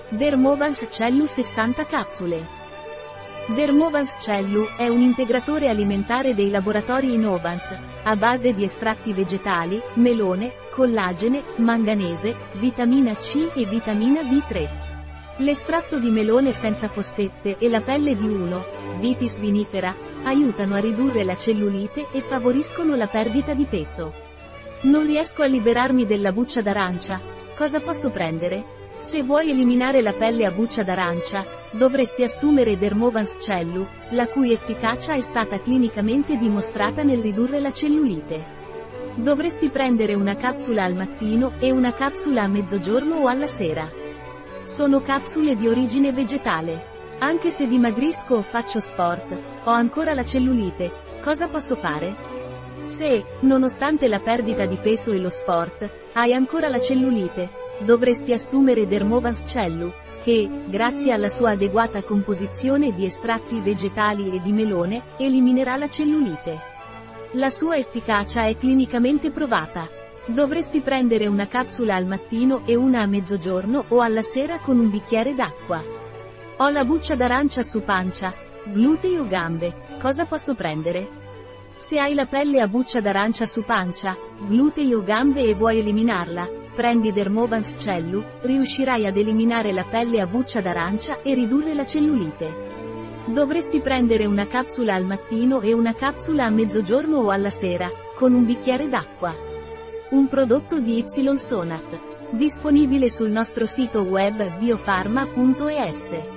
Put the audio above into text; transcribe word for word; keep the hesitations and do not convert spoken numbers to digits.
Dermovans Cellu sessanta capsule. Dermovans Cellu è un integratore alimentare dei laboratori Innovans, a base di estratti vegetali, melone, collagene, manganese, vitamina C e vitamina D tre. L'estratto di melone senza fossette e la pelle di uno, Vitis vinifera, aiutano a ridurre la cellulite e favoriscono la perdita di peso. Non riesco a liberarmi della buccia d'arancia. Cosa posso prendere? Se vuoi eliminare la pelle a buccia d'arancia, dovresti assumere Dermovans Cellu, la cui efficacia è stata clinicamente dimostrata nel ridurre la cellulite. Dovresti prendere una capsula al mattino e una capsula a mezzogiorno o alla sera. Sono capsule di origine vegetale. Anche se dimagrisco o faccio sport, ho ancora la cellulite, cosa posso fare? Se, nonostante la perdita di peso e lo sport, hai ancora la cellulite, dovresti assumere Dermovans Cellu, che, grazie alla sua adeguata composizione di estratti vegetali e di melone, eliminerà la cellulite. La sua efficacia è clinicamente provata. Dovresti prendere una capsula al mattino e una a mezzogiorno o alla sera con un bicchiere d'acqua. Ho la buccia d'arancia su pancia, glutei o gambe, cosa posso prendere? Se hai la pelle a buccia d'arancia su pancia, glutei o gambe e vuoi eliminarla, prendi Dermovans Cellu, riuscirai ad eliminare la pelle a buccia d'arancia e ridurre la cellulite. Dovresti prendere una capsula al mattino e una capsula a mezzogiorno o alla sera, con un bicchiere d'acqua. Un prodotto di Ysonat. Disponibile sul nostro sito web biofarma punto es.